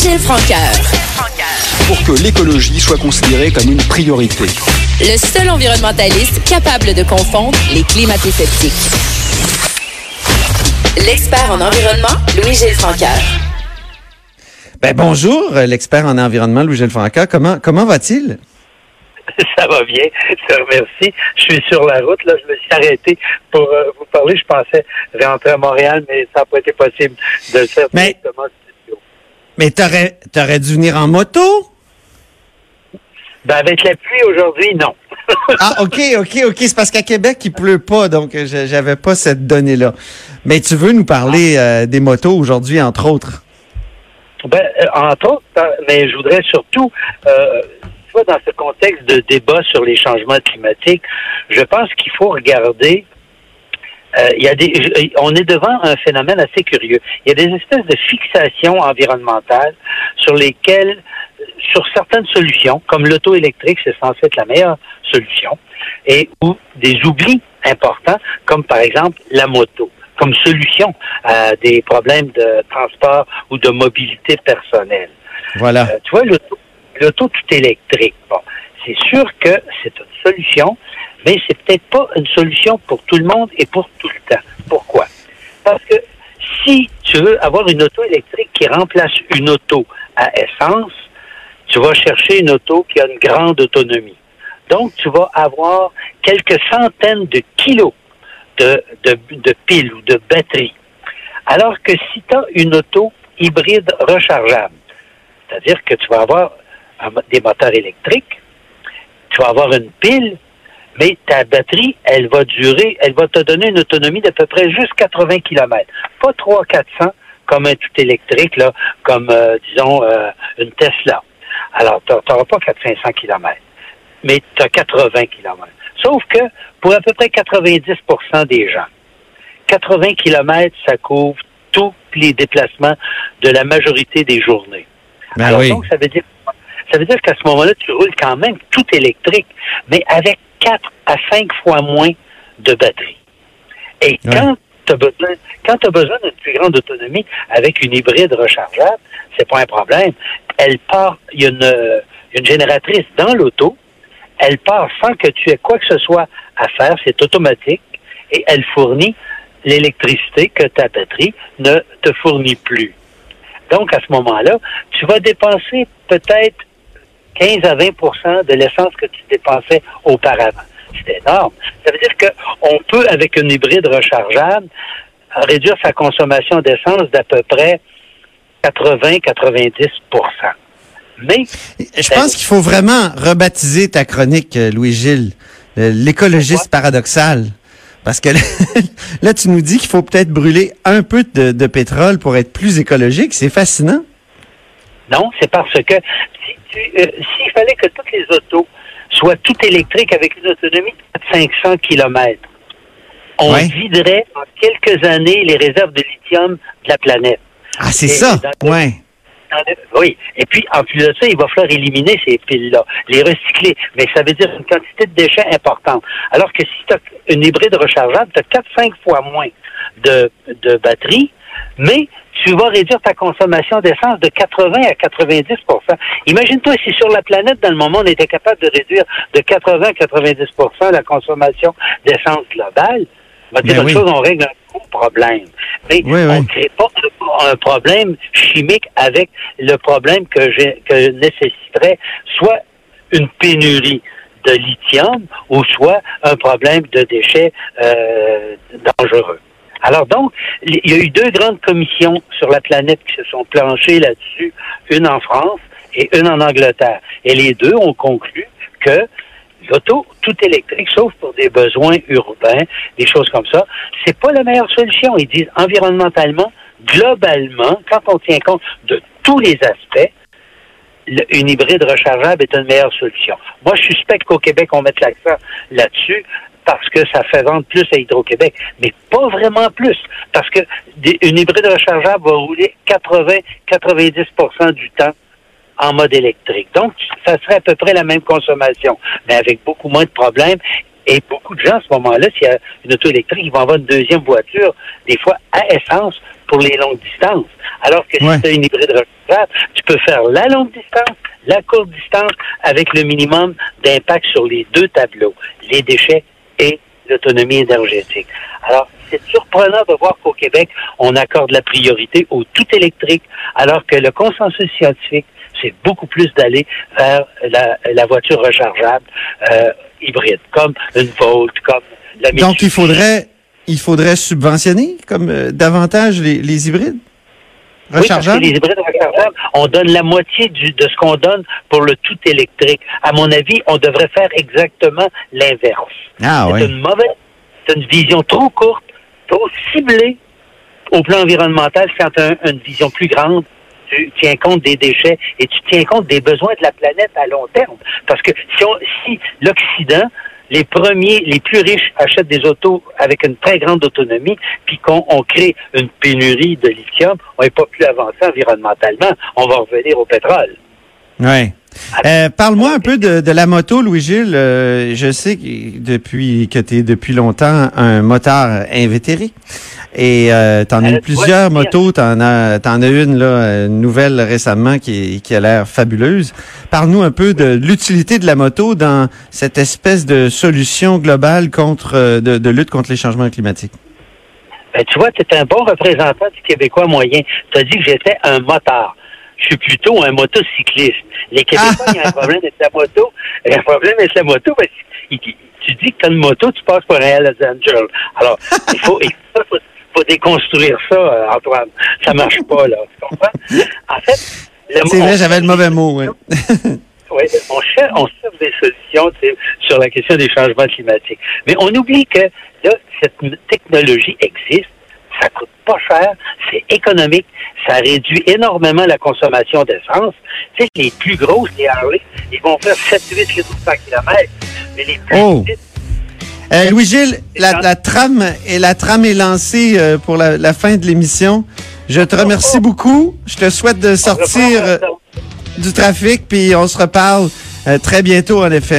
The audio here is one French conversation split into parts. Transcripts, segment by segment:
Louis-Gilles Francaire. Pour que l'écologie soit considérée comme une priorité. Le seul environnementaliste capable de confondre les climato-sceptiques. L'expert en environnement, Louis-Gilles Francaire. Bonjour, l'expert en environnement, Louis-Gilles Francaire. Comment va-t-il? Ça va bien, je te remercie. Je suis sur la route, là, je me suis arrêté pour vous parler. Je pensais rentrer à Montréal, mais ça n'a pas été possible de le faire directement au studio. Mais t'aurais dû venir en moto? Avec la pluie aujourd'hui, non. Ah, OK. C'est parce qu'à Québec, il pleut pas, donc j'avais pas cette donnée-là. Mais tu veux nous parler des motos aujourd'hui, entre autres? Entre autres, mais je voudrais surtout, dans ce contexte de débat sur les changements climatiques, je pense qu'il faut regarder. On est devant un phénomène assez curieux. Il y a des espèces de fixations environnementales sur certaines solutions, comme l'auto électrique, c'est censé être la meilleure solution, ou des oublis importants, comme par exemple la moto, comme solution à des problèmes de transport ou de mobilité personnelle. Voilà. Tu vois, l'auto tout électrique, c'est sûr que c'est une solution, mais c'est peut-être pas une solution pour tout le monde et pour tout le temps. Pourquoi? Parce que si tu veux avoir une auto électrique qui remplace une auto à essence, tu vas chercher une auto qui a une grande autonomie. Donc, tu vas avoir quelques centaines de kilos de piles ou de batteries. Alors que si tu as une auto hybride rechargeable, c'est-à-dire que tu vas avoir des moteurs électriques, tu vas avoir une pile, mais ta batterie, elle va te donner une autonomie d'à peu près juste 80 km. Pas 300-400 comme un tout électrique, là, comme, une Tesla. Alors, tu n'auras pas 400-500 km, mais tu as 80 km. Sauf que, pour à peu près 90% des gens, 80 km, ça couvre tous les déplacements de la majorité des journées. Alors, oui. Donc, ça veut dire qu'à ce moment-là, tu roules quand même tout électrique, mais avec 4 à 5 fois moins de batterie. Et quand tu as besoin d'une plus grande autonomie avec une hybride rechargeable, c'est pas un problème. Il y a une génératrice dans l'auto, elle part sans que tu aies quoi que ce soit à faire, c'est automatique, et elle fournit l'électricité que ta batterie ne te fournit plus. Donc, à ce moment-là, tu vas dépenser peut-être 15 à 20 % de l'essence que tu dépensais auparavant. C'est énorme. Ça veut dire qu'on peut, avec une hybride rechargeable, réduire sa consommation d'essence d'à peu près 80-90 %. Mais je pense qu'il faut vraiment rebaptiser ta chronique, Louis-Gilles, l'écologiste paradoxal. Parce que là, tu nous dis qu'il faut peut-être brûler un peu de pétrole pour être plus écologique. C'est fascinant. Non, c'est parce que s'il fallait que toutes les autos soient toutes électriques avec une autonomie de 500 km, on viderait en quelques années les réserves de lithium de la planète. Ah, c'est ça? Oui. Et puis, en plus de ça, il va falloir éliminer ces piles-là, les recycler. Mais ça veut dire une quantité de déchets importante. Alors que si tu as une hybride rechargeable, tu as 4-5 fois moins de batterie, mais tu vas réduire ta consommation d'essence de 80 à 90 %. Imagine-toi si sur la planète, dans le moment, on était capable de réduire de 80 à 90 % la consommation d'essence globale. On va dire une chose, on règle un gros problème. Mais on ne crée pas un problème chimique avec le problème que nécessiterait soit une pénurie de lithium ou soit un problème de déchets dangereux. Alors donc, il y a eu 2 grandes commissions sur la planète qui se sont planchées là-dessus, une en France et une en Angleterre. Et les 2 ont conclu que l'auto tout électrique, sauf pour des besoins urbains, des choses comme ça, c'est pas la meilleure solution. Ils disent environnementalement, globalement, quand on tient compte de tous les aspects, une hybride rechargeable est une meilleure solution. Moi, je suspecte qu'au Québec, on mette l'accent là-dessus parce que ça fait vendre plus à Hydro-Québec, mais pas vraiment plus, parce que une hybride rechargeable va rouler 80-90 % du temps en mode électrique. Donc, ça serait à peu près la même consommation, mais avec beaucoup moins de problèmes. Et beaucoup de gens, à ce moment-là, s'il y a une auto électrique, ils vont avoir une deuxième voiture, des fois à essence, pour les longues distances. Alors que si Ouais. tu as une hybride rechargeable, tu peux faire la longue distance, la courte distance, avec le minimum d'impact sur les deux tableaux, les déchets et l'autonomie énergétique. Alors, c'est surprenant de voir qu'au Québec, on accorde la priorité au tout électrique, alors que le consensus scientifique, c'est beaucoup plus d'aller vers la voiture rechargeable hybride, comme une Volt, comme la Mitsubishi. Donc, il faudrait subventionner comme davantage les hybrides Oui, parce que rechargeables? les hybrides rechargeables, on donne la moitié de ce qu'on donne pour le tout électrique. À mon avis, on devrait faire exactement l'inverse. Ah C'est oui. c'est une vision trop courte, trop ciblée au plan environnemental quand tu as une vision plus grande. Tu tiens compte des déchets et tu tiens compte des besoins de la planète à long terme. Parce que si l'Occident, les plus riches achètent des autos avec une très grande autonomie, puis qu'on crée une pénurie de lithium, on n'est pas plus avancé environnementalement. On va revenir au pétrole. Ouais. Parle-moi un peu de la moto, Louis-Gilles. Je sais que tu es depuis longtemps un motard invétéré. Et t'en as eu plusieurs motos. T'en as une là, nouvelle récemment qui a l'air fabuleuse. Parle-nous un peu de l'utilité de la moto dans cette espèce de solution globale de lutte contre les changements climatiques. Ben, tu vois, tu es un bon représentant du Québécois moyen. Tu as dit que j'étais un motard. Je suis plutôt un motocycliste. Les Québécois, il y a un problème avec la moto. Il y a un problème avec la moto parce que tu dis que tu as une moto, tu passes pour un Hells Angel. Alors, il faut déconstruire ça, Antoine. Ça marche pas, là. Tu comprends? En fait, c'est vrai, j'avais le mauvais mot, oui. Oui, on cherche des solutions sur la question des changements climatiques. Mais on oublie que là, cette technologie existe, ça coûte pas cher, c'est économique, ça réduit énormément la consommation d'essence. Tu sais, les plus grosses, les Harley, ils vont faire 7-8 litres par kilomètre. Mais les plus petites... Louis-Gilles, la trame est lancée pour la fin de l'émission. Je te remercie beaucoup. Je te souhaite de sortir du trafic, puis on se reparle très bientôt, en effet.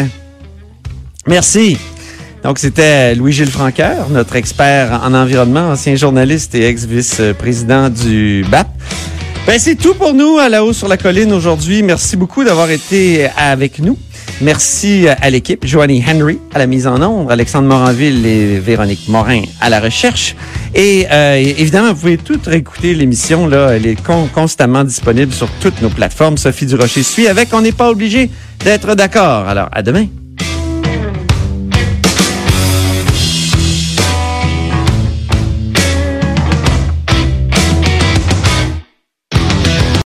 Merci. Donc, c'était Louis-Gilles Franqueur, notre expert en environnement, ancien journaliste et ex-vice-président du BAP. Ben, c'est tout pour nous à La Haut sur la Colline aujourd'hui. Merci beaucoup d'avoir été avec nous. Merci à l'équipe, Joanie Henry à la mise en ombre, Alexandre Moranville et Véronique Morin à la recherche. Et évidemment, vous pouvez toutes réécouter l'émission. Là, elle est constamment disponible sur toutes nos plateformes. Sophie Durocher suit avec. On n'est pas obligé d'être d'accord. Alors, à demain.